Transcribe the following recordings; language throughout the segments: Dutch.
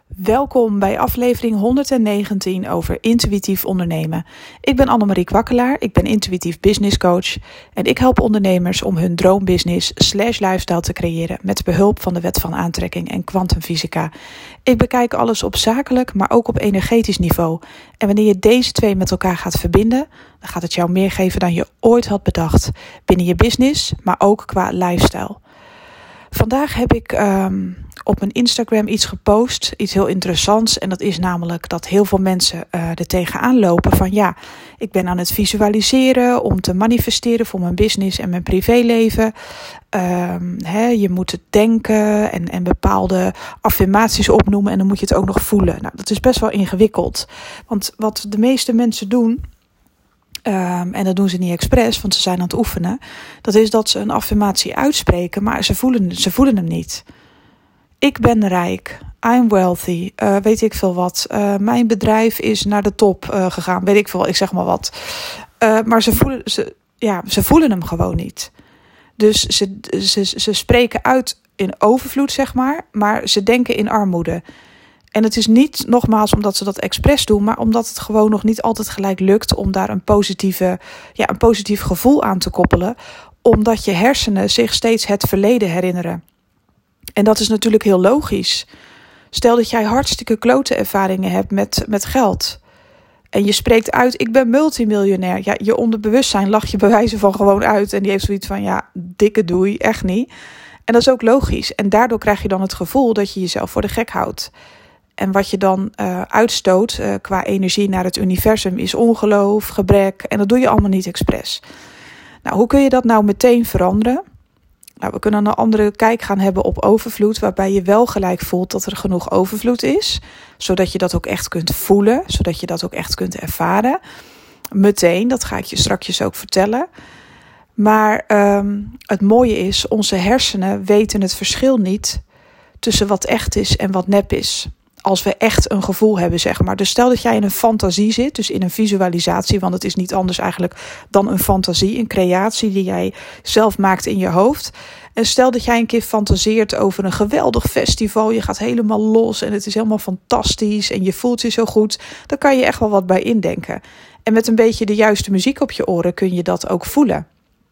Welkom bij aflevering 119 over intuïtief ondernemen. Ik ben Annemarie Kwakkelaar, ik ben intuïtief business coach en ik help ondernemers om hun droombusiness /lifestyle te creëren met behulp van de wet van aantrekking en kwantumfysica. Ik bekijk alles op zakelijk, maar ook op energetisch niveau. En wanneer je deze twee met elkaar gaat verbinden, dan gaat het jou meer geven dan je ooit had bedacht. Binnen je business, maar ook qua lifestyle. Vandaag heb ik op mijn Instagram iets gepost, iets heel interessants. En dat is namelijk dat heel veel mensen er tegenaan lopen van ja, ik ben aan het visualiseren om te manifesteren voor mijn business en mijn privéleven. Je moet het denken en bepaalde affirmaties opnoemen en dan moet je het ook nog voelen. Nou, dat is best wel ingewikkeld. Want wat de meeste mensen doen, en dat doen ze niet expres, want ze zijn aan het oefenen. Dat is dat ze een affirmatie uitspreken, maar ze voelen hem niet. Ik ben rijk, I'm wealthy, weet ik veel wat. Mijn bedrijf is naar de top gegaan, weet ik veel, ik zeg maar wat. Maar ze voelen hem gewoon niet. Dus ze spreken uit in overvloed, zeg maar ze denken in armoede. En het is niet nogmaals omdat ze dat expres doen, maar omdat het gewoon nog niet altijd gelijk lukt om daar een positief gevoel aan te koppelen. Omdat je hersenen zich steeds het verleden herinneren. En dat is natuurlijk heel logisch. Stel dat jij hartstikke klote ervaringen hebt met geld. En je spreekt uit, ik ben multimiljonair. Ja, je onderbewustzijn lacht je bij wijze van gewoon uit. En die heeft zoiets van, ja, dikke doei, echt niet. En dat is ook logisch. En daardoor krijg je dan het gevoel dat je jezelf voor de gek houdt. En wat je dan uitstoot qua energie naar het universum is ongeloof, gebrek. En dat doe je allemaal niet expres. Nou, hoe kun je dat nou meteen veranderen? Nou, we kunnen een andere kijk gaan hebben op overvloed, waarbij je wel gelijk voelt dat er genoeg overvloed is. Zodat je dat ook echt kunt voelen, zodat je dat ook echt kunt ervaren. Meteen, dat ga ik je straks ook vertellen. Maar het mooie is, onze hersenen weten het verschil niet tussen wat echt is en wat nep is. Als we echt een gevoel hebben, zeg maar. Dus stel dat jij in een fantasie zit, dus in een visualisatie, want het is niet anders eigenlijk dan een fantasie, een creatie die jij zelf maakt in je hoofd. En stel dat jij een keer fantaseert over een geweldig festival, je gaat helemaal los en het is helemaal fantastisch en je voelt je zo goed, dan kan je echt wel wat bij indenken. En met een beetje de juiste muziek op je oren kun je dat ook voelen.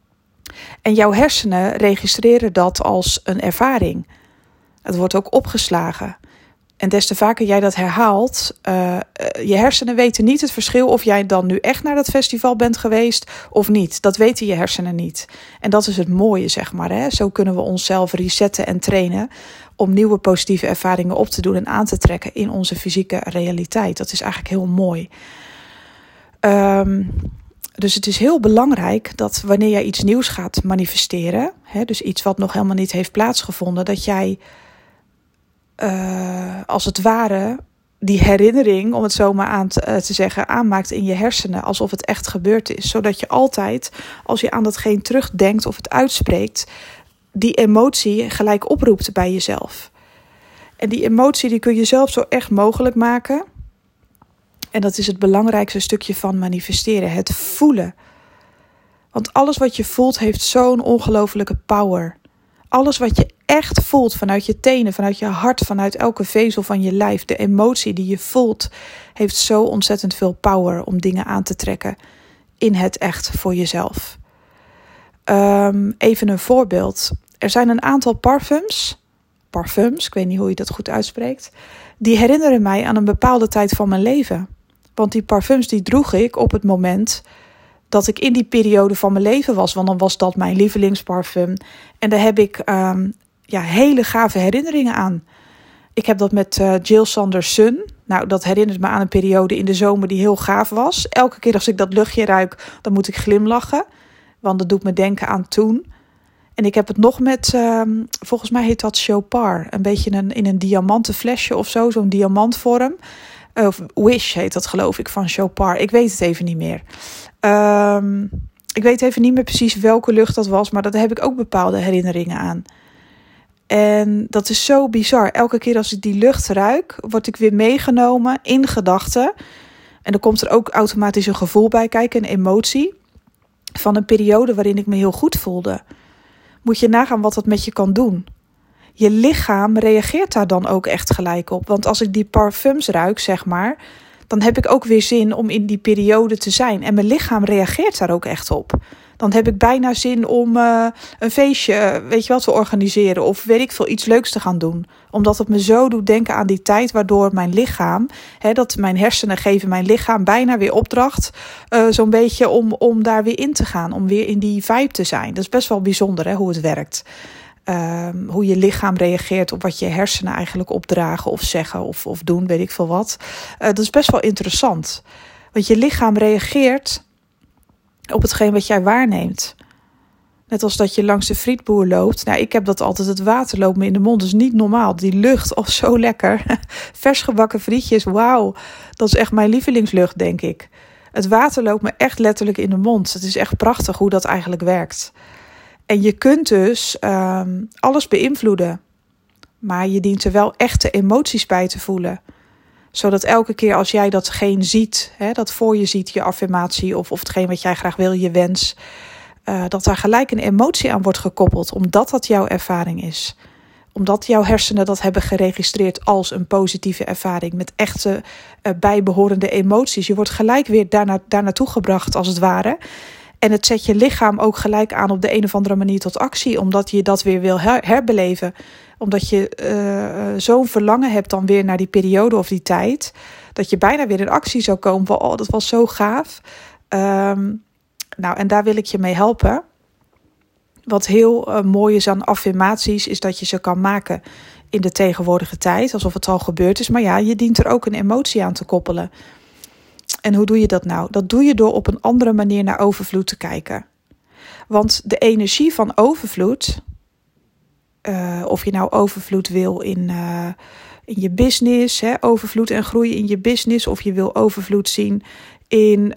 En jouw hersenen registreren dat als een ervaring. Het wordt ook opgeslagen. En des te vaker jij dat herhaalt, je hersenen weten niet het verschil of jij dan nu echt naar dat festival bent geweest of niet. Dat weten je hersenen niet. En dat is het mooie, zeg maar. Hè? Zo kunnen we onszelf resetten en trainen om nieuwe positieve ervaringen op te doen en aan te trekken in onze fysieke realiteit. Dat is eigenlijk heel mooi. Dus het is heel belangrijk dat wanneer jij iets nieuws gaat manifesteren, dus iets wat nog helemaal niet heeft plaatsgevonden, dat jij als het ware die herinnering, om het zo maar aan te zeggen, aanmaakt in je hersenen alsof het echt gebeurd is. Zodat je altijd, als je aan datgene terugdenkt of het uitspreekt, die emotie gelijk oproept bij jezelf. En die emotie die kun je zelf zo echt mogelijk maken. En dat is het belangrijkste stukje van manifesteren, het voelen. Want alles wat je voelt heeft zo'n ongelofelijke power. Alles wat je echt voelt vanuit je tenen, vanuit je hart, vanuit elke vezel van je lijf, de emotie die je voelt, heeft zo ontzettend veel power om dingen aan te trekken in het echt voor jezelf. Even een voorbeeld. Er zijn een aantal parfums, ik weet niet hoe je dat goed uitspreekt, die herinneren mij aan een bepaalde tijd van mijn leven. Want die parfums die droeg ik op het moment dat ik in die periode van mijn leven was. Want dan was dat mijn lievelingsparfum. En daar heb ik hele gave herinneringen aan. Ik heb dat met Jill Sanders Sun. Nou, dat herinnert me aan een periode in de zomer die heel gaaf was. Elke keer als ik dat luchtje ruik, dan moet ik glimlachen. Want dat doet me denken aan toen. En ik heb het nog met, volgens mij heet dat Chopard. Een beetje in een diamanten flesje of zo, zo'n diamantvorm. Of Wish heet dat, geloof ik, van Chopard. Ik weet het even niet meer. Ik weet even niet meer precies welke lucht dat was, maar daar heb ik ook bepaalde herinneringen aan. En dat is zo bizar. Elke keer als ik die lucht ruik, word ik weer meegenomen in gedachten. En dan komt er ook automatisch een gevoel bij kijken, een emotie. Van een periode waarin ik me heel goed voelde. Moet je nagaan wat dat met je kan doen. je lichaam reageert daar dan ook echt gelijk op. Want als ik die parfums ruik, zeg maar, dan heb ik ook weer zin om in die periode te zijn. En mijn lichaam reageert daar ook echt op. Dan heb ik bijna zin om een feestje, te organiseren. Of weet ik veel, iets leuks te gaan doen. Omdat het me zo doet denken aan die tijd waardoor mijn lichaam, dat mijn hersenen geven mijn lichaam bijna weer opdracht. Zo'n beetje om daar weer in te gaan. Om weer in die vibe te zijn. Dat is best wel bijzonder hoe het werkt. Hoe je lichaam reageert op wat je hersenen eigenlijk opdragen of zeggen of doen, weet ik veel wat. Dat is best wel interessant. Want je lichaam reageert op hetgeen wat jij waarneemt. Net als dat je langs de frietboer loopt. Nou, ik heb dat altijd, het water loopt me in de mond. Dat is niet normaal. Die lucht, zo lekker. Vers gebakken frietjes, wauw. Dat is echt mijn lievelingslucht, denk ik. Het water loopt me echt letterlijk in de mond. Het is echt prachtig hoe dat eigenlijk werkt. En je kunt dus alles beïnvloeden. Maar je dient er wel echte emoties bij te voelen. Zodat elke keer als jij datgene ziet, dat voor je ziet, je affirmatie of hetgeen wat jij graag wil, je wens, dat daar gelijk een emotie aan wordt gekoppeld, omdat dat jouw ervaring is. Omdat jouw hersenen dat hebben geregistreerd als een positieve ervaring, met echte bijbehorende emoties. Je wordt gelijk weer daar naartoe gebracht, als het ware. En het zet je lichaam ook gelijk aan op de een of andere manier tot actie, omdat je dat weer wil herbeleven. Omdat je zo'n verlangen hebt dan weer naar die periode of die tijd, dat je bijna weer in actie zou komen van, dat was zo gaaf. En daar wil ik je mee helpen. Wat heel mooi is aan affirmaties, is dat je ze kan maken in de tegenwoordige tijd, alsof het al gebeurd is. Maar ja, je dient er ook een emotie aan te koppelen. En hoe doe je dat nou? Dat doe je door op een andere manier naar overvloed te kijken. Want de energie van overvloed, of je nou overvloed wil in je business, overvloed en groei in je business, of je wil overvloed zien in,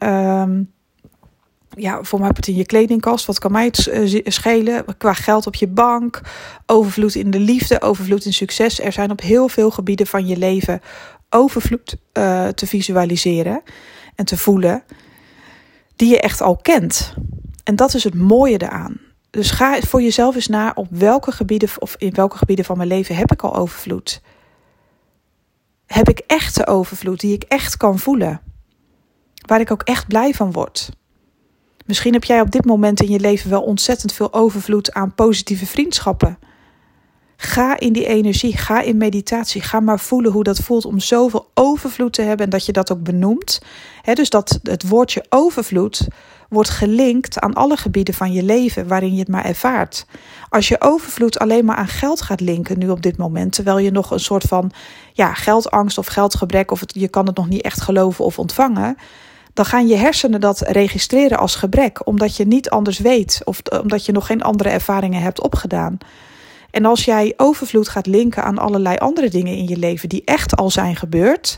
voor mij het in je kledingkast, wat kan mij het schelen, qua geld op je bank, overvloed in de liefde, overvloed in succes. Er zijn op heel veel gebieden van je leven overvloed te visualiseren en te voelen, die je echt al kent. En dat is het mooie eraan. Dus ga voor jezelf eens na, op welke gebieden of in welke gebieden van mijn leven heb ik al overvloed? Heb ik echte overvloed die ik echt kan voelen? Waar ik ook echt blij van word? Misschien heb jij op dit moment in je leven wel ontzettend veel overvloed aan positieve vriendschappen. Ga in die energie, ga in meditatie, ga maar voelen hoe dat voelt om zoveel overvloed te hebben en dat je dat ook benoemt. Dus dat het woordje overvloed wordt gelinkt aan alle gebieden van je leven waarin je het maar ervaart. Als je overvloed alleen maar aan geld gaat linken nu op dit moment, terwijl je nog een soort van geldangst of geldgebrek of je kan het nog niet echt geloven of ontvangen, dan gaan je hersenen dat registreren als gebrek, omdat je niet anders weet of omdat je nog geen andere ervaringen hebt opgedaan. En als jij overvloed gaat linken aan allerlei andere dingen in je leven die echt al zijn gebeurd,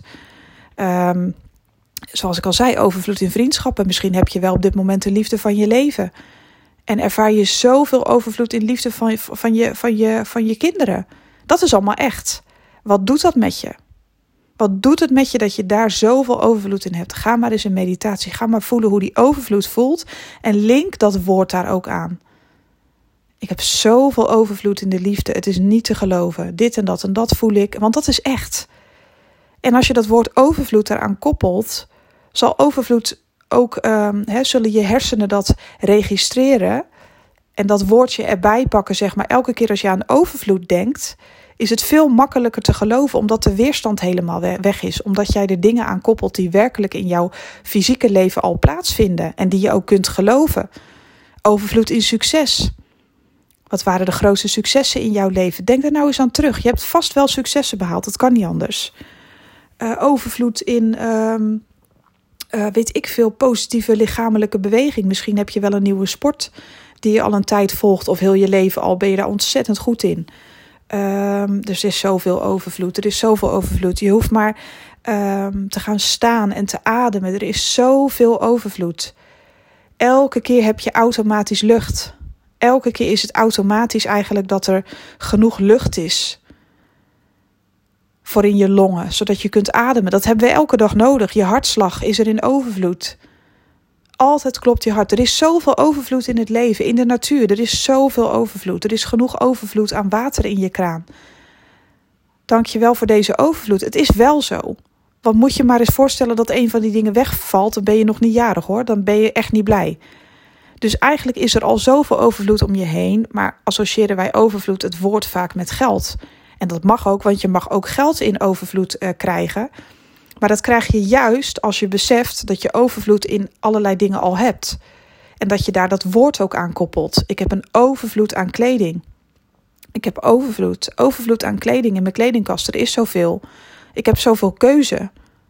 zoals ik al zei, overvloed in vriendschappen. Misschien heb je wel op dit moment de liefde van je leven. En ervaar je zoveel overvloed in liefde van je kinderen. Dat is allemaal echt. Wat doet dat met je? Wat doet het met je dat je daar zoveel overvloed in hebt? Ga maar eens in meditatie. Ga maar voelen hoe die overvloed voelt. En link dat woord daar ook aan. Ik heb zoveel overvloed in de liefde. Het is niet te geloven. Dit en dat voel ik. Want dat is echt. En als je dat woord overvloed eraan koppelt, zal overvloed ook, zullen je hersenen dat registreren. En dat woordje erbij pakken, zeg maar. Elke keer als je aan overvloed denkt, is het veel makkelijker te geloven, omdat de weerstand helemaal weg is. Omdat jij er dingen aan koppelt die werkelijk in jouw fysieke leven al plaatsvinden. En die je ook kunt geloven. Overvloed in succes. Wat waren de grootste successen in jouw leven? Denk er nou eens aan terug. Je hebt vast wel successen behaald. Dat kan niet anders. Overvloed in, veel positieve lichamelijke beweging. Misschien heb je wel een nieuwe sport die je al een tijd volgt. Of heel je leven al ben je daar ontzettend goed in. Er is zoveel overvloed. Er is zoveel overvloed. Je hoeft maar te gaan staan en te ademen. Er is zoveel overvloed. Elke keer heb je automatisch lucht. Elke keer is het automatisch eigenlijk dat er genoeg lucht is voor in je longen, zodat je kunt ademen. Dat hebben we elke dag nodig. Je hartslag is er in overvloed. Altijd klopt je hart. Er is zoveel overvloed in het leven, in de natuur. Er is zoveel overvloed. Er is genoeg overvloed aan water in je kraan. Dank je wel voor deze overvloed. Het is wel zo. Want moet je maar eens voorstellen dat een van die dingen wegvalt, dan ben je nog niet jarig hoor. Dan ben je echt niet blij. Dus eigenlijk is er al zoveel overvloed om je heen. Maar associëren wij overvloed het woord vaak met geld. En dat mag ook, want je mag ook geld in overvloed krijgen. Maar dat krijg je juist als je beseft dat je overvloed in allerlei dingen al hebt. En dat je daar dat woord ook aan koppelt. Ik heb een overvloed aan kleding. Ik heb overvloed aan kleding in mijn kledingkast. Er is zoveel. Ik heb zoveel keuze.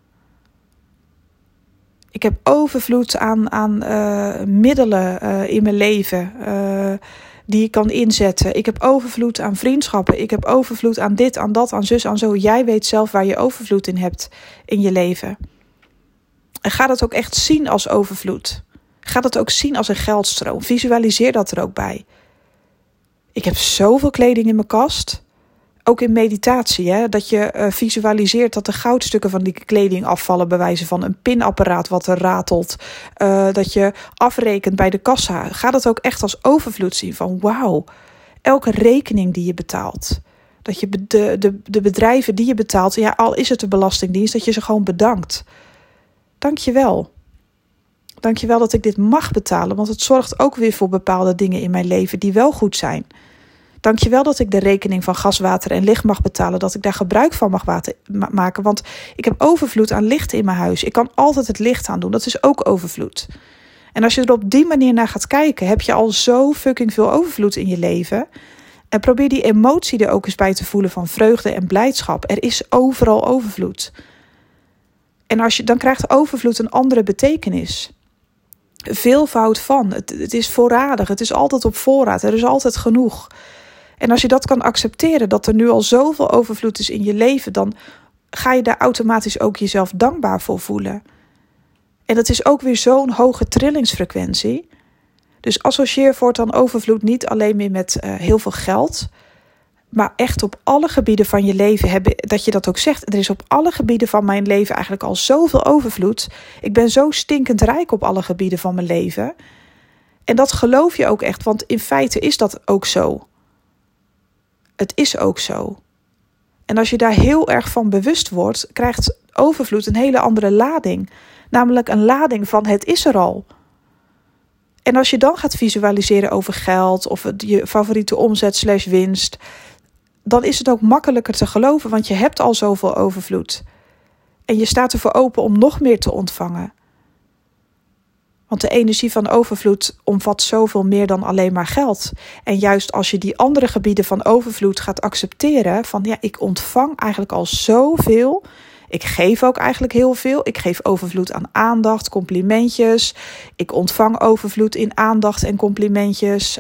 Ik heb overvloed aan middelen in mijn leven die ik kan inzetten. Ik heb overvloed aan vriendschappen. Ik heb overvloed aan dit, aan dat, aan zus, aan zo. Jij weet zelf waar je overvloed in hebt in je leven. En ga dat ook echt zien als overvloed. Ga dat ook zien als een geldstroom. Visualiseer dat er ook bij. Ik heb zoveel kleding in mijn kast. Ook in meditatie, hè, dat je visualiseert dat de goudstukken van die kleding afvallen, bij wijze van een pinapparaat wat er ratelt. Dat je afrekent bij de kassa. Ga dat ook echt als overvloed zien van wauw, elke rekening die je betaalt. Dat je de bedrijven die je betaalt, ja, al is het de Belastingdienst, dat je ze gewoon bedankt. Dank je wel. Dank je wel dat ik dit mag betalen, want het zorgt ook weer voor bepaalde dingen in mijn leven die wel goed zijn. Dank je wel dat ik de rekening van gas, water en licht mag betalen. Dat ik daar gebruik van mag maken. Want ik heb overvloed aan licht in mijn huis. Ik kan altijd het licht aan doen. Dat is ook overvloed. En als je er op die manier naar gaat kijken, heb je al zo fucking veel overvloed in je leven. En probeer die emotie er ook eens bij te voelen van vreugde en blijdschap. Er is overal overvloed. En dan krijgt overvloed een andere betekenis. Veelvoud van. Het is voorradig. Het is altijd op voorraad. Er is altijd genoeg. En als je dat kan accepteren, dat er nu al zoveel overvloed is in je leven, dan ga je daar automatisch ook jezelf dankbaar voor voelen. En dat is ook weer zo'n hoge trillingsfrequentie. Dus associeer voortaan overvloed niet alleen meer met heel veel geld, maar echt op alle gebieden van je leven dat je dat ook zegt. Er is op alle gebieden van mijn leven eigenlijk al zoveel overvloed. Ik ben zo stinkend rijk op alle gebieden van mijn leven. En dat geloof je ook echt, want in feite is dat ook zo. Het is ook zo. En als je daar heel erg van bewust wordt, krijgt overvloed een hele andere lading. Namelijk een lading van het is er al. En als je dan gaat visualiseren over geld of je favoriete omzet / winst, dan is het ook makkelijker te geloven, want je hebt al zoveel overvloed. En je staat ervoor open om nog meer te ontvangen. Want de energie van overvloed omvat zoveel meer dan alleen maar geld. En juist als je die andere gebieden van overvloed gaat accepteren, van ja, ik ontvang eigenlijk al zoveel. Ik geef ook eigenlijk heel veel. Ik geef overvloed aan aandacht, complimentjes. Ik ontvang overvloed in aandacht en complimentjes.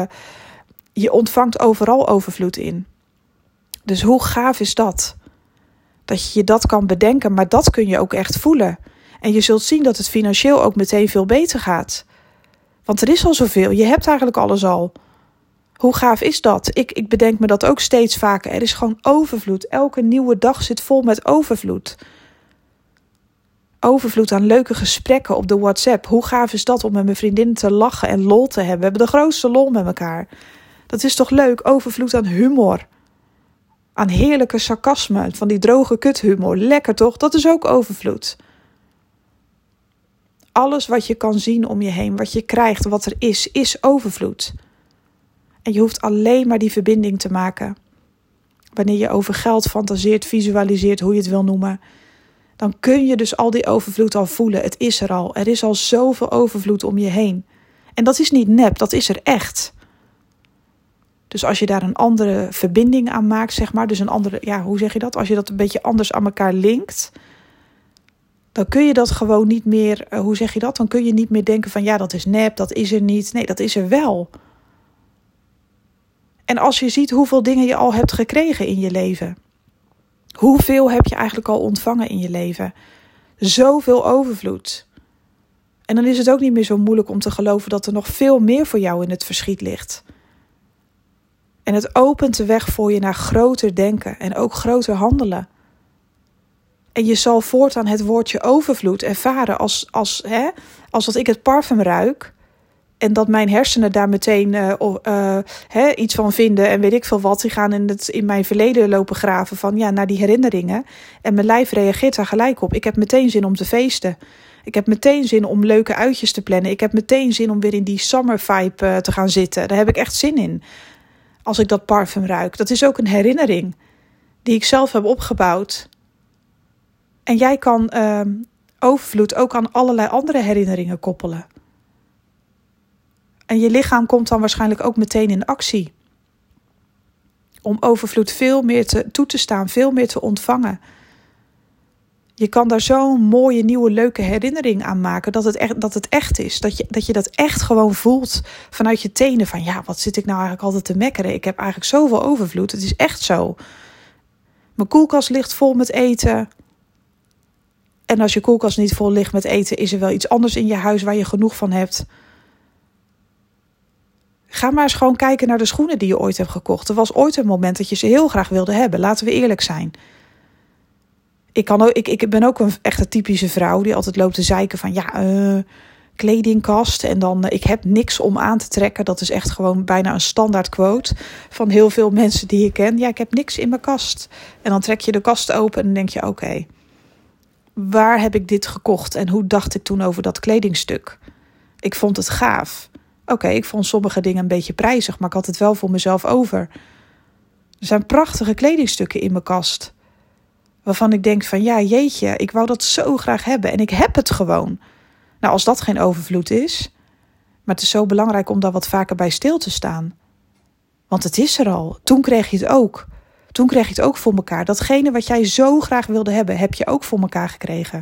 Je ontvangt overal overvloed in. Dus hoe gaaf is dat? Dat je dat kan bedenken, maar dat kun je ook echt voelen. En je zult zien dat het financieel ook meteen veel beter gaat. Want er is al zoveel. Je hebt eigenlijk alles al. Hoe gaaf is dat? Ik bedenk me dat ook steeds vaker. Er is gewoon overvloed. Elke nieuwe dag zit vol met overvloed. Overvloed aan leuke gesprekken op de WhatsApp. Hoe gaaf is dat om met mijn vriendinnen te lachen en lol te hebben? We hebben de grootste lol met elkaar. Dat is toch leuk? Overvloed aan humor. Aan heerlijke sarcasme. Van die droge kuthumor. Lekker toch? Dat is ook overvloed. Alles wat je kan zien om je heen, wat je krijgt, wat er is overvloed. En je hoeft alleen maar die verbinding te maken. Wanneer je over geld fantaseert, visualiseert, hoe je het wil noemen, dan kun je dus al die overvloed al voelen. Het is er al. Er is al zoveel overvloed om je heen. En dat is niet nep, dat is er echt. Dus als je daar een andere verbinding aan maakt, zeg maar, dus een andere, ja, hoe zeg je dat? Als je dat een beetje anders aan elkaar linkt, dan kun je dat gewoon niet meer, hoe zeg je dat? Dan kun je niet meer denken van ja, dat is nep, dat is er niet. Nee, dat is er wel. En als je ziet hoeveel dingen je al hebt gekregen in je leven. Hoeveel heb je eigenlijk al ontvangen in je leven? Zoveel overvloed. En dan is het ook niet meer zo moeilijk om te geloven dat er nog veel meer voor jou in het verschiet ligt. En het opent de weg voor je naar groter denken en ook groter handelen. En je zal voortaan het woordje overvloed ervaren als dat ik het parfum ruik. En dat mijn hersenen daar meteen iets van vinden en weet ik veel wat. Die gaan in mijn verleden lopen graven van naar die herinneringen. En mijn lijf reageert daar gelijk op. Ik heb meteen zin om te feesten. Ik heb meteen zin om leuke uitjes te plannen. Ik heb meteen zin om weer in die summer vibe te gaan zitten. Daar heb ik echt zin in. Als ik dat parfum ruik. Dat is ook een herinnering die ik zelf heb opgebouwd. En jij kan overvloed ook aan allerlei andere herinneringen koppelen. En je lichaam komt dan waarschijnlijk ook meteen in actie. Om overvloed veel meer toe te staan, veel meer te ontvangen. Je kan daar zo'n mooie, nieuwe, leuke herinnering aan maken dat het echt is. Dat je dat echt gewoon voelt vanuit je tenen. Van wat zit ik nou eigenlijk altijd te mekkeren? Ik heb eigenlijk zoveel overvloed. Het is echt zo. Mijn koelkast ligt vol met eten. En als je koelkast niet vol ligt met eten, is er wel iets anders in je huis waar je genoeg van hebt. Ga maar eens gewoon kijken naar de schoenen die je ooit hebt gekocht. Er was ooit een moment dat je ze heel graag wilde hebben. Laten we eerlijk zijn. Ik ben ook een echte typische vrouw die altijd loopt te zeiken van kledingkast. En dan ik heb niks om aan te trekken. Dat is echt gewoon bijna een standaard quote van heel veel mensen die ik ken. Ja, ik heb niks in mijn kast. En dan trek je de kast open en dan denk je oké, waar heb ik dit gekocht? En hoe dacht ik toen over dat kledingstuk? Ik vond het gaaf. Oké, ik vond sommige dingen een beetje prijzig, maar ik had het wel voor mezelf over. Er zijn prachtige kledingstukken in mijn kast. Waarvan ik denk van jeetje, ik wou dat zo graag hebben. En ik heb het gewoon. Nou, als dat geen overvloed is. Maar het is zo belangrijk om daar wat vaker bij stil te staan. Want het is er al. Toen kreeg je het ook. Toen kreeg je het ook voor elkaar. Datgene wat jij zo graag wilde hebben, heb je ook voor elkaar gekregen.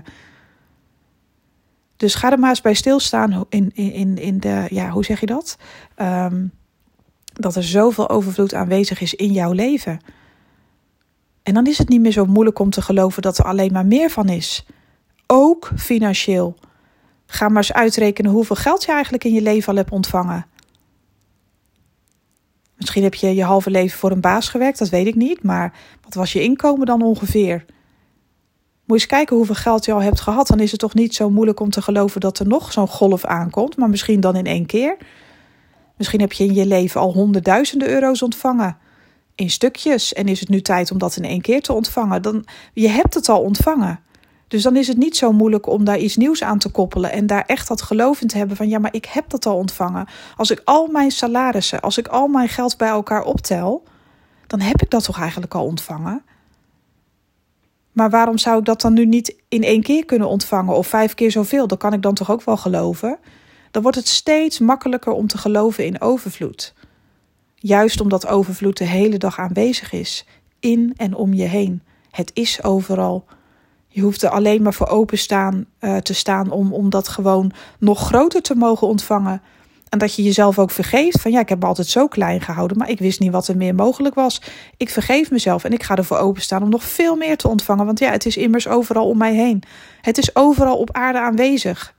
Dus ga er maar eens bij stilstaan in de, hoe zeg je dat? Dat er zoveel overvloed aanwezig is in jouw leven. En dan is het niet meer zo moeilijk om te geloven dat er alleen maar meer van is. Ook financieel. Ga maar eens uitrekenen hoeveel geld je eigenlijk in je leven al hebt ontvangen. Misschien heb je je halve leven voor een baas gewerkt, dat weet ik niet. Maar wat was je inkomen dan ongeveer? Moet je eens kijken hoeveel geld je al hebt gehad. Dan is het toch niet zo moeilijk om te geloven dat er nog zo'n golf aankomt. Maar misschien dan in 1 keer. Misschien heb je in je leven al honderdduizenden euro's ontvangen. In stukjes. En is het nu tijd om dat in 1 keer te ontvangen. Je hebt het al ontvangen. Dus dan is het niet zo moeilijk om daar iets nieuws aan te koppelen. En daar echt dat geloof in te hebben van maar ik heb dat al ontvangen. Als ik al mijn salarissen, als ik al mijn geld bij elkaar optel. Dan heb ik dat toch eigenlijk al ontvangen. Maar waarom zou ik dat dan nu niet in 1 keer kunnen ontvangen of 5 keer zoveel? Dat kan ik dan toch ook wel geloven? Dan wordt het steeds makkelijker om te geloven in overvloed. Juist omdat overvloed de hele dag aanwezig is. In en om je heen. Het is overal. Je hoeft er alleen maar voor open te staan om dat gewoon nog groter te mogen ontvangen. En dat je jezelf ook vergeeft van ik heb me altijd zo klein gehouden, maar ik wist niet wat er meer mogelijk was. Ik vergeef mezelf en ik ga ervoor openstaan om nog veel meer te ontvangen. Want het is immers overal om mij heen. Het is overal op aarde aanwezig.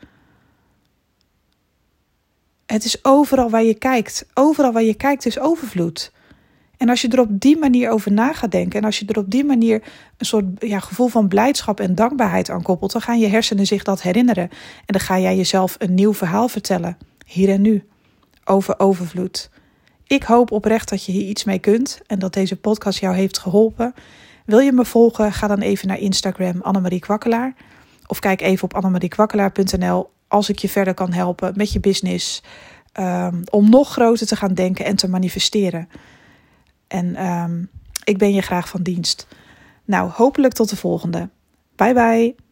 Het is overal waar je kijkt. Overal waar je kijkt is overvloed. En als je er op die manier over na gaat denken en als je er op die manier een soort gevoel van blijdschap en dankbaarheid aan koppelt, dan gaan je hersenen zich dat herinneren. En dan ga jij jezelf een nieuw verhaal vertellen. Hier en nu. Over overvloed. Ik hoop oprecht dat je hier iets mee kunt. En dat deze podcast jou heeft geholpen. Wil je me volgen? Ga dan even naar Instagram Annemarie Kwakkelaar. Of kijk even op annemariekwakkelaar.nl. Als ik je verder kan helpen met je business. Om nog groter te gaan denken en te manifesteren. En ik ben je graag van dienst. Nou, hopelijk tot de volgende. Bye bye.